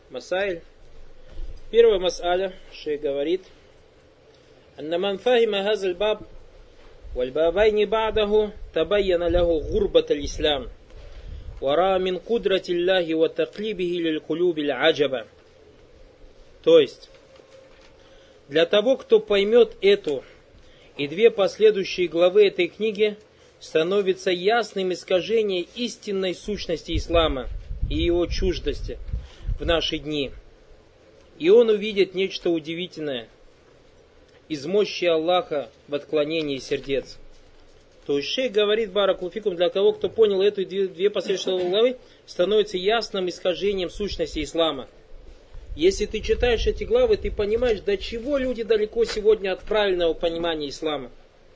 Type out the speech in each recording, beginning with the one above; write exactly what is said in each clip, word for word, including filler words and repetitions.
Масайль. Первая мас'аля, шейх говорит: «Анна ман фахима хазаль баб, валь бабайни ба'даху, табайяна лаху гурбат аль-ислам, вара мин кудрати Аллахи ва таклибихи лиль кулюби аль-аджаба». То есть, для того, кто поймет эту и две последующие главы этой книги, становится ясным искажение истинной сущности ислама и его чуждости в наши дни. И он увидит нечто удивительное из мощи Аллаха в отклонении сердец. То есть шейх говорит, баракулфикум, для того, кто понял эту две, две последующие главы, становится ясным искажением сущности ислама. Если ты читаешь эти главы, ты понимаешь, до чего люди далеко сегодня от правильного понимания ислама.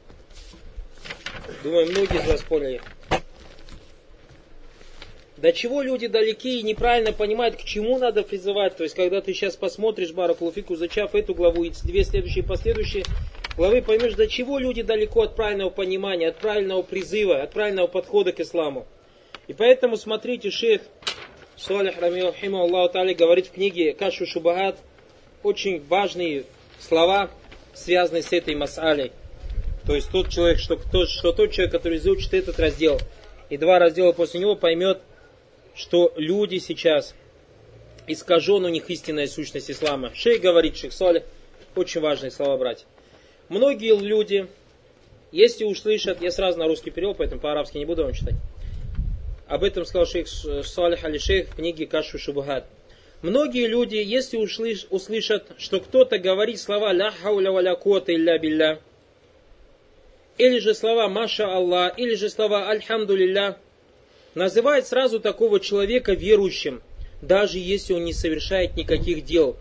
Думаю, многие из вас поняли. До чего люди далеки и неправильно понимают, к чему надо призывать. То есть, когда ты сейчас посмотришь, баракулуфику, зачав эту главу и две следующие последующие главы, поймешь, до чего люди далеко от правильного понимания, от правильного призыва, от правильного подхода к исламу. И поэтому, смотрите, шейх Салих Рамиахима Аллаху Та'аля говорит в книге Кашфу Шубахат очень важные слова, связанные с этой мас'алей. То есть тот человек, что, что, что тот человек, который изучит этот раздел и два раздела после него, поймет, что люди сейчас искажен у них истинная сущность ислама. Шейх говорит, шейх Салих, очень важные слова, братья. Многие люди, если услышат, я сразу на русский перевел, поэтому по-арабски не буду вам читать. Об этом сказал шейх Салих аль-Шейх в книге Кашфу Шубахат. Многие люди, если услыш, услышат, что кто-то говорит слова «Ля хауля ва ля куата илля билля», или же слова «Маша Аллах», или же слова «Альхамду лилля», называет сразу такого человека верующим, даже если он не совершает никаких дел.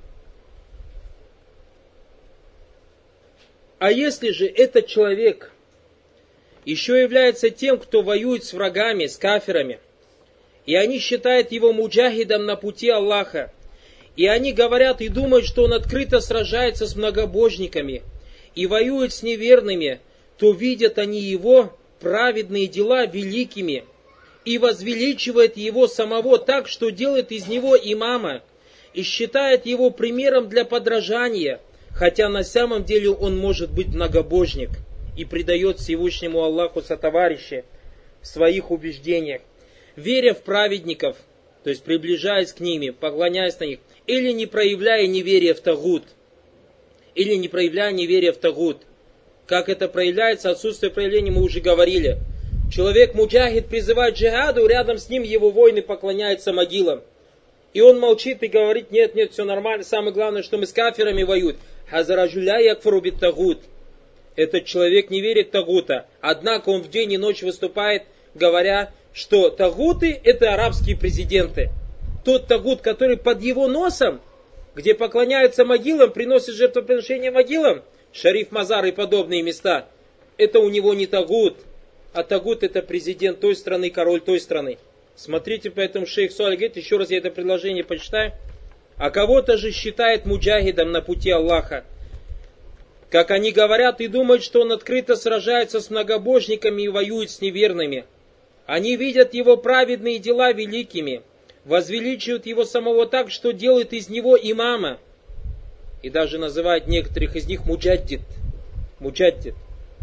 А если же этот человек еще является тем, кто воюет с врагами, с кафирами, и они считают его муджахидом на пути Аллаха, и они говорят и думают, что он открыто сражается с многобожниками и воюет с неверными, то видят они его праведные дела великими и возвеличивает его самого так, что делает из него имама и считает его примером для подражания, хотя на самом деле он может быть многобожник и предает Всевышнему Аллаху сотоварища в своих убеждениях, веря в праведников, то есть приближаясь к ними, поклоняясь на них, или не проявляя неверия в тагут, или не проявляя неверия в тагут. Как это проявляется, отсутствие проявления мы уже говорили. Человек муджахид призывает джихаду, рядом с ним его воины поклоняются могилам. И он молчит и говорит: нет, нет, все нормально, самое главное, что мы с кафирами воюют. Хазаражуля якфру бит тагут. Этот человек не верит в тагута. Однако он в день и ночь выступает, говоря, что тагуты это арабские президенты. Тот тагут, который под его носом, где поклоняются могилам, приносит жертвоприношения могилам, Шариф Мазар и подобные места, это у него не тагут. А тагут это президент той страны, король той страны. Смотрите, поэтому шейх Салих говорит, еще раз я это предложение почитаю. А кого-то же считает муджахидом на пути Аллаха. Как они говорят и думают, что он открыто сражается с многобожниками и воюет с неверными. Они видят его праведные дела великими, возвеличивают его самого так, что делают из него имама. И даже называют некоторых из них муджаддид. Муджаддид.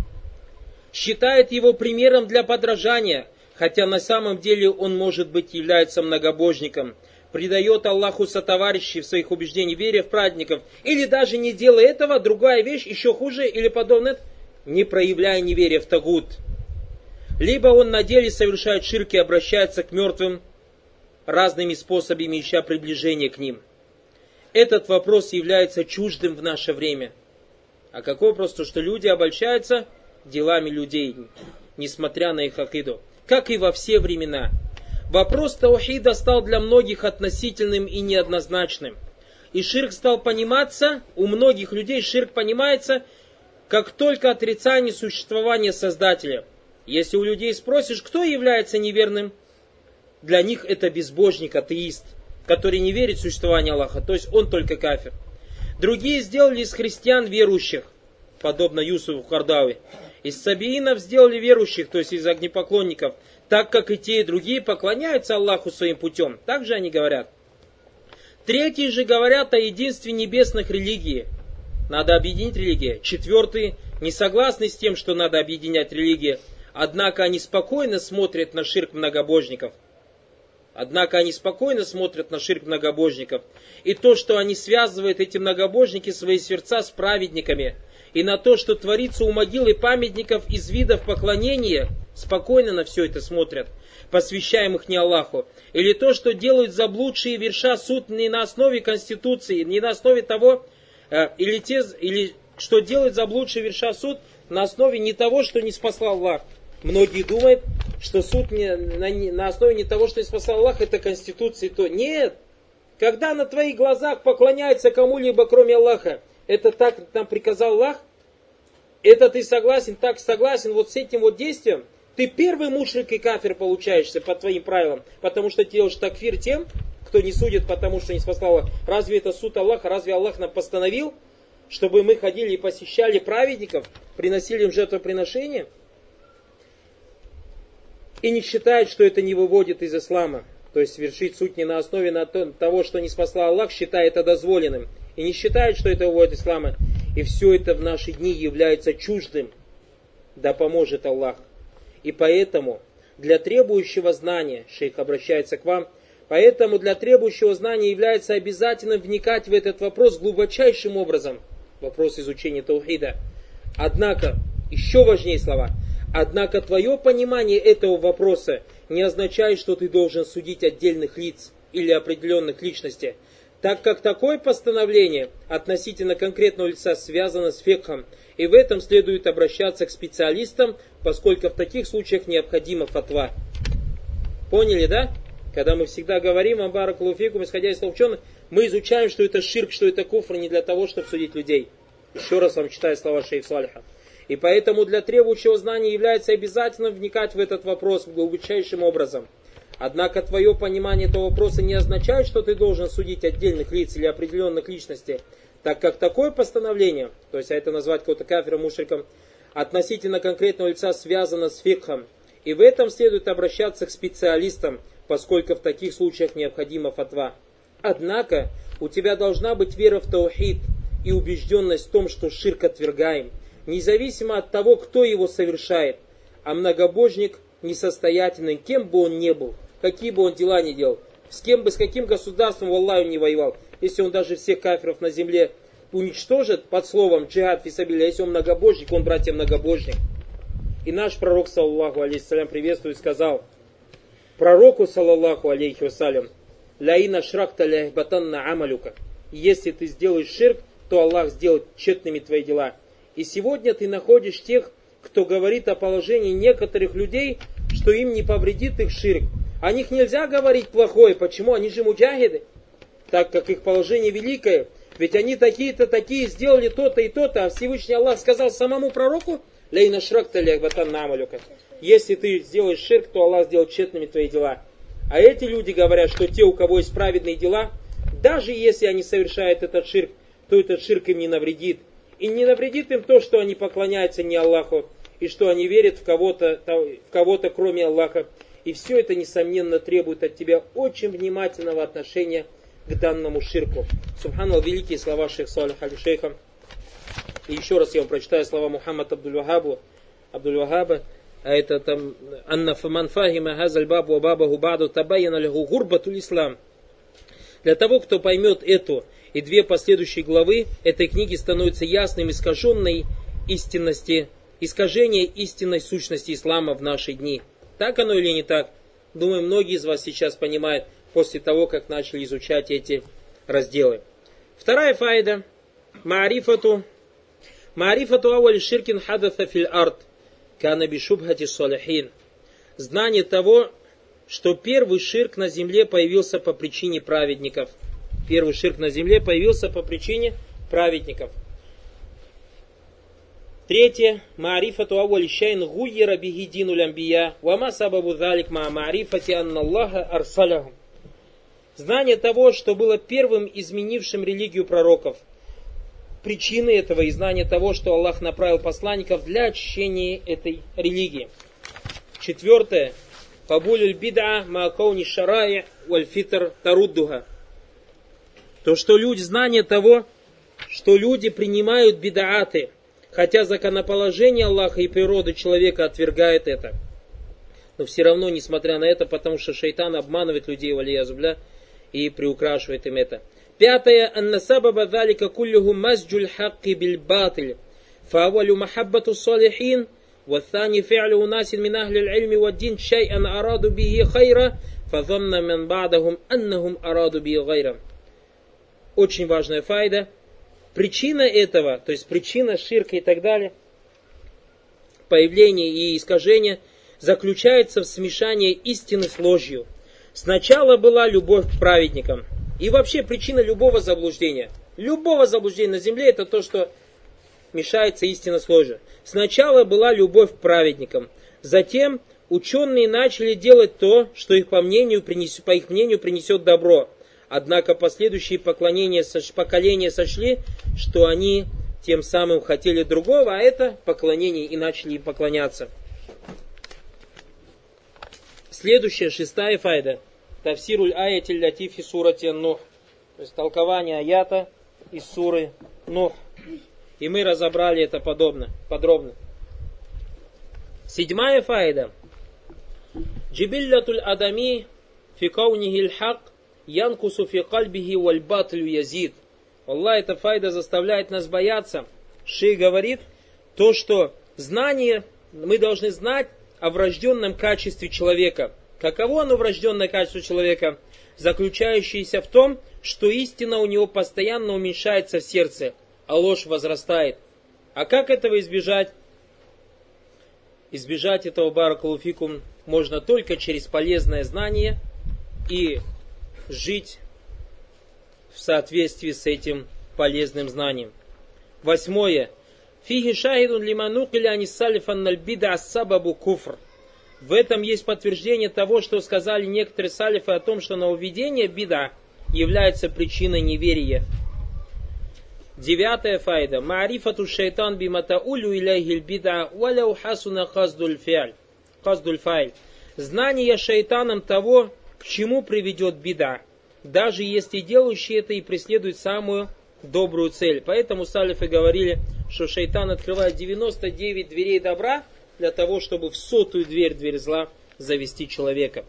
Считает его примером для подражания, хотя на самом деле он, может быть, является многобожником, предает Аллаху сотоварищей в своих убеждениях, веря в праведников, или даже не делая этого, другая вещь, еще хуже или подобное, не проявляя неверия в тагут. Либо он на деле совершает ширк и обращается к мертвым разными способами, ища приближения к ним. Этот вопрос является чуждым в наше время. А какой вопрос? То, что люди обольщаются делами людей, несмотря на их акиду, как и во все времена. Вопрос таухида стал для многих относительным и неоднозначным. И ширк стал пониматься, у многих людей ширк понимается, как только отрицание существования Создателя. Если у людей спросишь, кто является неверным, для них это безбожник, атеист, который не верит в существование Аллаха, то есть он только кафир. Другие сделали из христиан верующих, подобно Юсуфу Кардауи. Из сабиинов сделали верующих, то есть из огнепоклонников, так как и те, и другие поклоняются Аллаху своим путем. Так же они говорят. Третьи же говорят о единстве небесных религий. Надо объединить религии. Четвертые не согласны с тем, что надо объединять религии. Однако они спокойно смотрят на ширк многобожников. Однако они спокойно смотрят на ширк многобожников. И то, что они связывают, эти многобожники, свои сердца с праведниками, и на то, что творится у могил и памятников из видов поклонения, спокойно на все это смотрят, посвящаемых не Аллаху. Или то, что делают заблудшие, верша суд не на основе Конституции, не на основе того, э, или, те, или что делают заблудшие, верша суд на основе не того, что не спасал Аллах. Многие думают, что суд не, на, на основе не того, что не спасал Аллах, это Конституция. То нет. Когда на твоих глазах поклоняются кому-либо, кроме Аллаха, это так нам приказал Аллах, это ты согласен, так согласен, вот с этим вот действием, ты первый мушрик и кафир получаешься по твоим правилам, потому что ты делаешь такфир тем, кто не судит, потому что не спасал Аллах. Разве это суд Аллаха? Разве Аллах нам постановил, чтобы мы ходили и посещали праведников, приносили им жертвоприношения? И не считает, что это не выводит из ислама. То есть вершить суд не на основе на то, того, что не спасла Аллах, считает это дозволенным. И не считает, что это выводит из ислама. И все это в наши дни является чуждым. Да поможет Аллах. И поэтому для требующего знания, шейх обращается к вам, поэтому для требующего знания является обязательным вникать в этот вопрос глубочайшим образом. Вопрос изучения таухида. Однако, еще важнее слова, однако твое понимание этого вопроса не означает, что ты должен судить отдельных лиц или определенных личностей, так как такое постановление относительно конкретного лица связано с фикхом, и в этом следует обращаться к специалистам, поскольку в таких случаях необходима фатва. Поняли, да? Когда мы всегда говорим о баракаллаху фикум, исходя из слов ученых, мы изучаем, что это ширк, что это куфр, не для того, чтобы судить людей. Еще раз вам читаю слова шейха Салиха. И поэтому для требующего знания является обязательным вникать в этот вопрос глубочайшим образом. Однако твое понимание этого вопроса не означает, что ты должен судить отдельных лиц или определенных личностей, так как такое постановление, то есть а это назвать кого-то кафиром, мушриком, относительно конкретного лица связано с фикхом. И в этом следует обращаться к специалистам, поскольку в таких случаях необходима фатва. Однако у тебя должна быть вера в таухид и убежденность в том, что ширк отвергаем, независимо от того, кто его совершает, а многобожник несостоятельный, кем бы он ни был, какие бы он дела ни делал, с кем бы, с каким государством в Аллахе не воевал, если он даже всех кафиров на земле уничтожит под словом джихад фисабилля, если он многобожник, он, братья, многобожник. И наш пророк, саллаллаху алейхиссалям, приветствует, сказал пророку, саллаллаху алейхи вассалям, «Ляина шракта ляхбатанна амалюка». Если ты сделаешь ширк, то Аллах сделает тщетными твои дела. И сегодня ты находишь тех, кто говорит о положении некоторых людей, что им не повредит их ширк. О них нельзя говорить плохое. Почему? Они же муджахиды. Так как их положение великое. Ведь они такие-то, такие, сделали то-то и то-то. А Всевышний Аллах сказал самому пророку, «Ляйна шракта ляхбатан намалюка». Если ты сделаешь ширк, то Аллах сделает тщетными твои дела. А эти люди говорят, что те, у кого есть праведные дела, даже если они совершают этот ширк, то этот ширк им не навредит. И не навредит им то, что они поклоняются не Аллаху, и что они верят в кого-то, в кого-то кроме Аллаха. И все это, несомненно, требует от тебя очень внимательного отношения к данному ширку. Субханаллах, великие слова шейха Салиха аль-Шейха. И еще раз я вам прочитаю слова Мухаммада Абдуль-Вахаба. Абдуль-Вахаба. А это там «Анна фаман фахима хазаль бабу ва бабаху ба'ду табайяна лиху гурбатуль ислам». Для того, кто поймет эту и две последующие главы этой книги, становится ясным искаженной истинности, искажение истинной сущности ислама в наши дни. Так оно или не так? Думаю, многие из вас сейчас понимают после того, как начали изучать эти разделы. Вторая файда. Маарифату. Маарифату ауаль ширкин хадатha фил ард. Кана бишубхати салихин. Знание того, что первый ширк на земле появился по причине праведников. Первый ширк на земле появился по причине праведников. Третье. Маарифату ауаль шайн гуйера бихидину лямбия. Вама сабабу залик ма маарифати анна Аллаха арсалахум. Знание того, что было первым изменившим религию пророков. Причины этого и знание того, что Аллах направил посланников для очищения этой религии. Четвертое. Кабулюль бид'a ма кауни шараи валь фитр таруддуха. То, что люди, знание того, что люди принимают бидааты, хотя законоположение Аллаха и природы человека отвергает это. Но все равно, несмотря на это, потому что шайтан обманывает людей, валиязубля, и приукрашивает им это. Пятое. Анна сабаба залика куллюху масджуль хакки биль батиль. Фаавалю махаббату салихин. والثاني فعل أناس من أهل العلم والدين شيئا أرادوا به خيرا فظن من بعدهم أنهم أرادوا به غيرا. Очень важная файда. Причина этого, то есть причина ширка и так далее, появления и искажения, заключается в смешании истины с ложью. Сначала была любовь к праведникам. И вообще причина любого заблуждения, любого заблуждения на земле, это то, что мешается истина с ложью. Сначала была любовь к праведникам. Затем ученые начали делать то, что их по, мнению принес, по их мнению принесет добро. Однако последующие поклонения, поколения сочли, что они тем самым хотели другого, а это поклонение, и начали им поклоняться. Следующая, шестая файда. Тавсируль аятиль латифи сурати Нух. То есть толкование аята из суры Нух. И мы разобрали это подобно, подробно. Седьмая файда. Джибиллятуль адами фи каунихиль хак янкусу фи кальбихи валь батлю язид. Аллах, эта файда заставляет нас бояться. Шейх говорит, то, что знание, мы должны знать о врожденном качестве человека. Каково оно врожденное качество человека? Заключающееся в том, что истина у него постоянно уменьшается в сердце, а ложь возрастает. А как этого избежать? Избежать этого, баракаллаху фикум, можно только через полезное знание и жить в соответствии с этим полезным знанием. Восьмое. Фиги шахидун лиману киляни салифан нальбида ассабабу куфр. В этом есть подтверждение того, что сказали некоторые салифы о том, что нововведение бида является причиной неверия. Девятая файда. Маарифату шайтан биматаулю иляйхиль бида валяу хасуна хаздуль фиаль. Хаздуль файль. Знание шайтаном того, к чему приведет бида, даже если делающий это и преследует самую добрую цель. Поэтому салифы говорили, что шайтан открывает девяносто девять дверей добра для того, чтобы в сотую дверь, дверь зла, завести человека.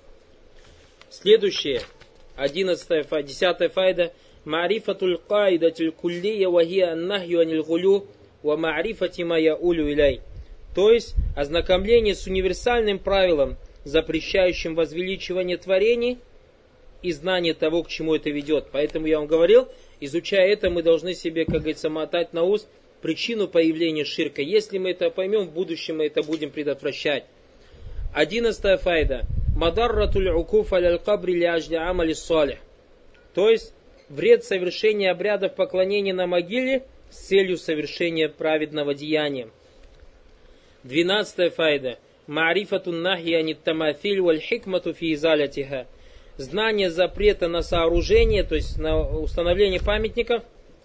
Следующее, одиннадцатая файда, десятая файда. Маарифатуль каидатуль куллия вахия аннахью аниль гулю ва маарифати ма яулю иляй. То есть ознакомление с универсальным правилом, запрещающим возвеличивание творений и знание того, к чему это ведет. Поэтому я вам говорил, изучая это, мы должны себе, как говорится, мотать на ус причину появления ширка. Если мы это поймем, в будущем мы это будем предотвращать. Одиннадцатая файда. Мадарратуль укуф аль кабри ли ажли амали салих. То есть вред совершения обрядов поклонения на могиле с целью совершения праведного деяния. Двенадцатая файда. Маарифатун нахи анит тамафиль валь хикмату фи изалятиха. Знание запрета на сооружение, то есть на установление памятников.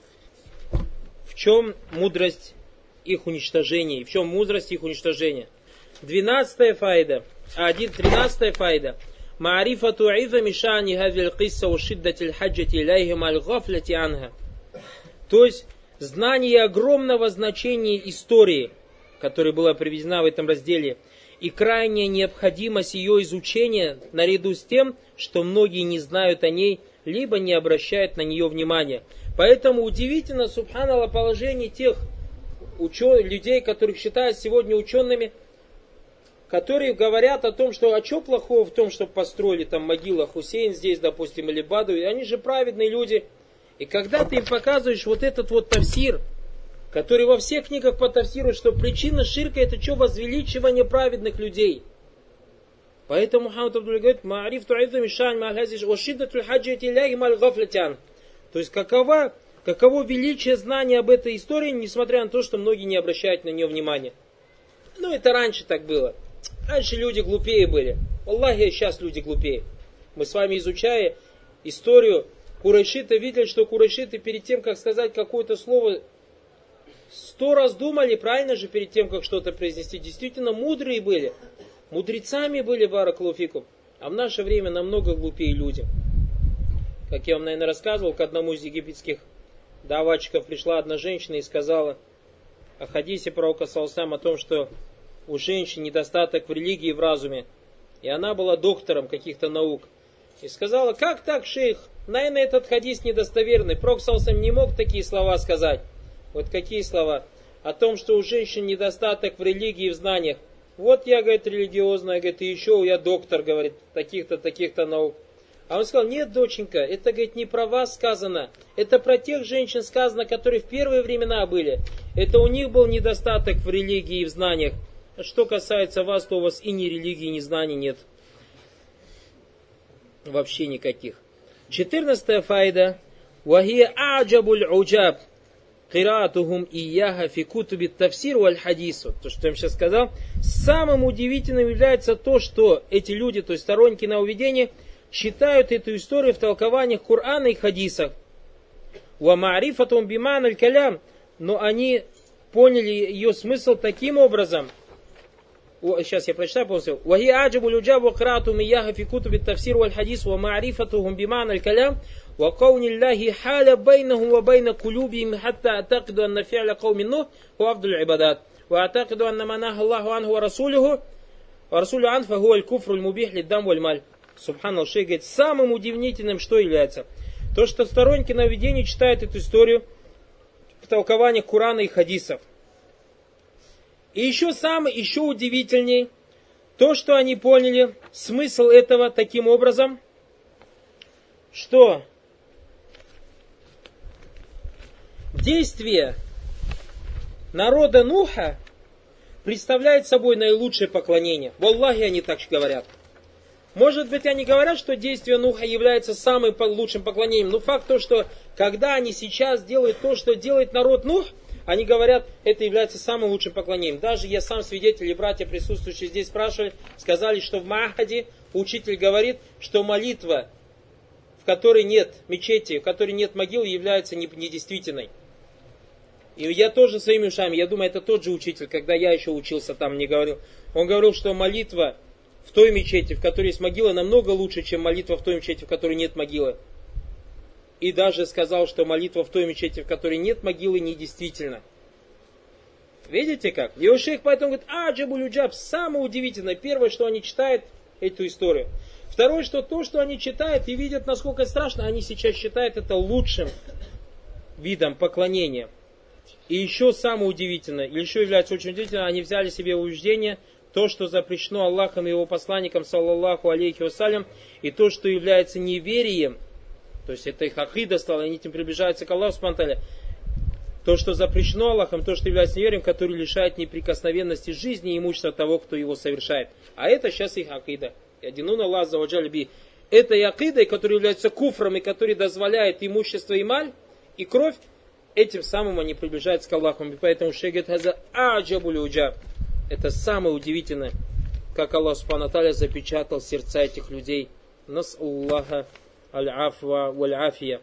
В чем мудрость их уничтожения? И в чем мудрость их уничтожения? Двенадцатая файда. Один, тринадцатая файда. Маарифату изами шани хазиль кисса у шиддатиль хаджати иляйхим аль гафляти анха. То есть знание огромного значения истории, которая была приведена в этом разделе, и крайняя необходимость ее изучения, наряду с тем, что многие не знают о ней, либо не обращают на нее внимания. Поэтому удивительно, субханаллах, положение тех ученых, людей, которых считают сегодня учеными, которые говорят о том, что а что плохого в том, что построили там могила Хусейн здесь, допустим, или Бадуи, они же праведные люди. И когда ты им показываешь вот этот вот тавсир, который во всех книгах по тавсиру, что причина ширка это что? Возвеличивание праведных людей. Поэтому Мухаммад Абдулла говорит, маариф ту'идзу мишань ма'алхазиш ошиддатуль хаджати иляйхим аль гафлатян. То есть какова, каково величие знания об этой истории, несмотря на то, что многие не обращают на нее внимания. Ну это раньше так было. Раньше люди глупее были. Аллахи, сейчас люди глупее. Мы с вами, изучая историю курайшита, видели, что курайшиты перед тем, как сказать какое-то слово, сто раз думали, правильно же, перед тем, как что-то произнести. Действительно мудрые были. Мудрецами были, баракаллаху фикум. А в наше время намного глупее люди. Как я вам, наверное, рассказывал, к одному из египетских даватчиков пришла одна женщина и сказала о хадисе пророка саллаллаху о том, что у женщин недостаток в религии и в разуме. И она была доктором каких-то наук. И сказала, как так, шейх? Наверное, этот хадис недостоверный. Пророк саллаллаху не мог такие слова сказать. Вот какие слова? О том, что у женщин недостаток в религии и в знаниях. Вот я, говорит, религиозная, говорит, и еще я доктор, говорит, таких-то, таких-то наук. А он сказал, нет, доченька, это, говорит, не про вас сказано. Это про тех женщин сказано, которые в первые времена были. Это у них был недостаток в религии и в знаниях. Что касается вас, то у вас и ни религии, ни знаний нет. Вообще никаких. Четырнадцатая файда. Вахия аджабуль уджаб. Кираатухум ияха фи кутуби тафсир валь хадису. То, что я вам сейчас сказал. Самым удивительным является то, что эти люди, то есть сторонники нововведения, считают эту историю в толкованиях Корана и хадисах. Ва ма'рифатум биман аль-калям. Но они поняли ее смысл таким образом. Сейчас я прочитаю полностью. وَهِيَ أَعْجَبُ الْعُجَابُ وَقِرَاءَتُهُمْ إِيَّاهَ فِي كُتُبِ التَّفْسِيرِ وَالْحَدِيثِ وَمَعْرِفَتُهُمْ بِمَعْنَى الْكَلَامِ وَقَوْلِ اللَّهِ حَالَ بَيْنَهُمْ وَبَيْنَ قُلُوبِهِمْ حَتَّى أَعْتَقِدُ أَنَّ فِعْلَ قَوْمِ نُوحٍ هُوَ أَفْضَلُ الْعِبَادَاتِ وَأَعْتَقِدُ أَنَّ مَا نَهَى اللَّهُ عَنْهُ وَرَسُولُهُ وَرَسُولُهُ عَنْهُ فَهُوَ الْكُفْرُ الْمُبِيحُ لِلدَّمِ وَالْمَالِ. Субханаллах, шейх говорит, самым удивительным что является? То, что сторонники нововведения читают эту историю в толкованиях Корана и хадисов. И еще самое, еще удивительней, то, что они поняли смысл этого таким образом, что действие народа Нуха представляет собой наилучшее поклонение. Валлахи, они так говорят. Может быть, они говорят, что действие Нуха является самым лучшим поклонением, но факт то, что когда они сейчас делают то, что делает народ Нух, они говорят, это является самым лучшим поклонением. Даже я сам свидетель и братья, присутствующие здесь, спрашивали, сказали, что в Махаде учитель говорит, что молитва, в которой нет мечети, в которой нет могил, является недействительной. И я тоже своими ушами, я думаю, это тот же учитель, когда я еще учился там, мне говорил. Он говорил, что молитва в той мечети, в которой есть могила, намного лучше, чем молитва в той мечети, в которой нет могилы. И даже сказал, что молитва в той мечети, в которой нет могилы, недействительна. Видите как? Его шейх поэтому говорит, а, Джабуль-Уджаб, самое удивительное. Первое, что они читают эту историю. Второе, что то, что они читают и видят, насколько страшно, они сейчас считают это лучшим видом поклонения. И еще самое удивительное, или еще является очень удивительным, они взяли себе убеждение, то, что запрещено Аллахом и его посланником, саллаллаху алейхи вассалям, и то, что является неверием, то есть это их акида стала, они этим приближаются к Аллаху субхану ва тааля. То, что запрещено Аллахом, то, что является неверием, который лишает неприкосновенности жизни и имущества того, кто его совершает. А это сейчас их акида. Ядинун Аллах азза ва джалля би. Этой акидой, которая является куфром и который дозволяет имущество и маль, и кровь, этим самым они приближаются к Аллаху. И поэтому шейх говорит, хаза аджабуль уджаб. Это самое удивительное, как Аллах субхану ва тааля запечатал сердца этих людей. Нас Аллаха аль-афва валь-афия.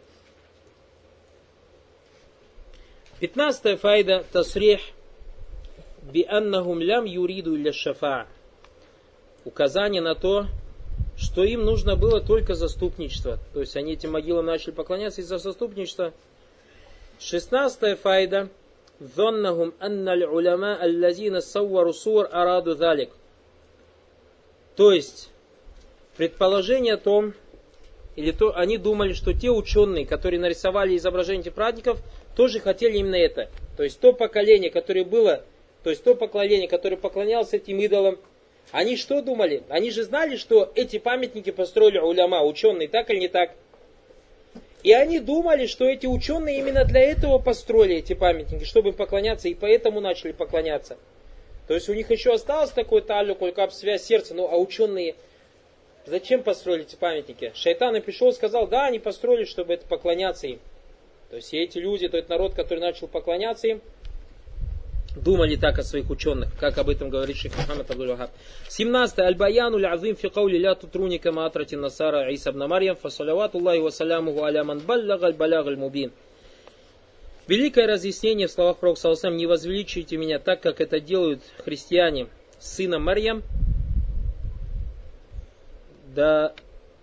Пятнадцатая файда тасрих би аннахум лям юриду илля шафа. Указание на то, что им нужно было только заступничество. То есть они этим могилам начали поклоняться из-за заступничества. Шестнадцатая файда. Зоннахум анналь уляма аллазина саввару сур араду залик. То есть, предположение о том, или то, они думали, что те ученые, которые нарисовали изображение этих праздников, тоже хотели именно это. То есть, то поколение, которое было, то есть, то поколение, которое поклонялось этим идолам, они что думали? Они же знали, что эти памятники построили уляма, ученые, так или не так? И они думали, что эти ученые именно для этого построили эти памятники, чтобы поклоняться, и поэтому начали поклоняться. То есть у них еще осталось такой талюк, кулькап, связь сердца, ну а ученые зачем построили эти памятники? Шайтан и пришел и сказал, да, они построили, чтобы это поклоняться им. То есть эти люди, тот народ, который начал поклоняться им, думали так о своих ученых, как об этом говорит шейх Мухаммад Абдуль-Вахаб. семнадцатое. Аль-Баяну л'азим фи каули ля tutруни кама атрати насара Иса ибн Марьям фа салавату Аллахи ва салямуху аля ман баллага аль-балаг аль-мубин. Великое разъяснение в словах пророка саллаллаху алейхи ва саллям: не возвеличивайте меня так, как это делают христиане с сыном Марьям, да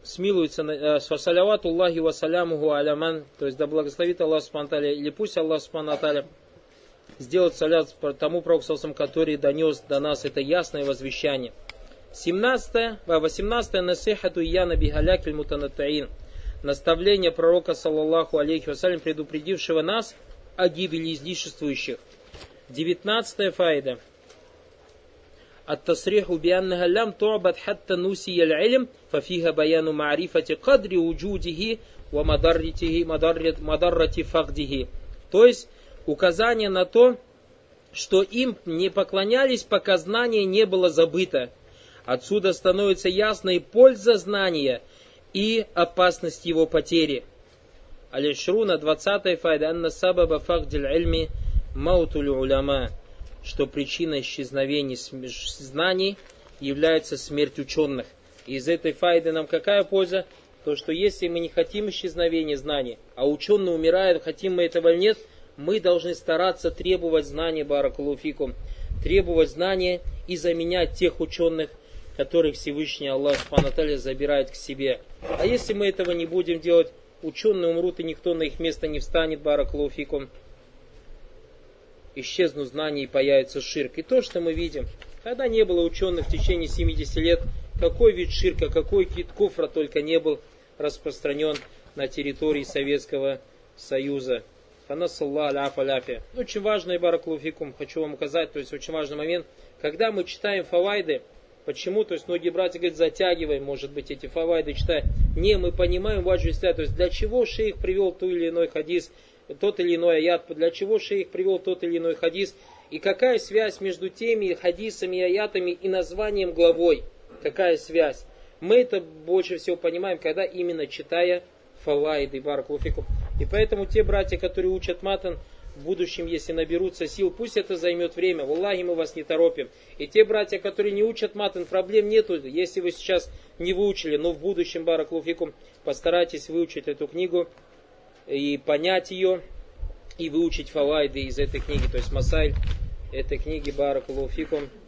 смилуется, салавату Аллахи ва салямуху аляман, то есть да благословит Аллах субхану ва тааля, или пусть Аллах субхану ва тааля сделает салят тому пророку, который донес до нас это ясное возвещание. семнадцатое, восемнадцатое насихату ияна бигаляк ль мутанаттаин. Наставление пророка, саллаллаху алейхи вассалям, предупредившего нас о гибели излишествующих. девятнадцатая файда. Ат-тасриху бианнаха лям ту'бад хатта нусия аль-илм, фафиха баяну ма'рифати кадри уджудихи ва мадарритихи мадаррати фагдихи. То есть указание на то, что им не поклонялись, пока знание не было забыто. Отсюда становится ясной польза знания и опасность его потери. Аль-Шруна, двадцатая файда, анна сабаба фагдиль ильми маутуль уляма, что причиной исчезновения знаний является смерть ученых. И из этой файды нам какая польза? То, что если мы не хотим исчезновения знаний, а ученые умирают, хотим мы этого или нет, мы должны стараться требовать знания, баракаллаху фикум, требовать знания и заменять тех ученых, которых Всевышний Аллах субхану ва тааля забирает к себе. А если мы этого не будем делать, ученые умрут, и никто на их место не встанет, баракаллаху фикум. Исчезнут знания и появится ширк. И то, что мы видим, когда не было ученых в течение семидесяти лет, какой вид ширка, какой вид куфра только не был распространен на территории Советского Союза. Очень важный, баракаллаху фикум, хочу вам указать, то есть очень важный момент, когда мы читаем фавайды, почему, то есть многие братья говорят, затягиваем, может быть, эти фавайды читаем. Не, мы понимаем ваджу исля, то есть для чего шейх привел тот или иной хадис, тот или иной аят, для чего шейх привел тот или иной хадис, и какая связь между теми хадисами и аятами и названием главой, какая связь. Мы это больше всего понимаем, когда именно читая фавайды, баракаллаху фикум. И поэтому те братья, которые учат матан, в будущем, если наберутся сил, пусть это займет время. Валлахи, мы вас не торопим. И те братья, которые не учат матан, проблем нету. Если вы сейчас не выучили, но в будущем, баракаллаху фикум, постарайтесь выучить эту книгу и понять ее, и выучить фавайды из этой книги, то есть масайль этой книги, баракаллаху фикум.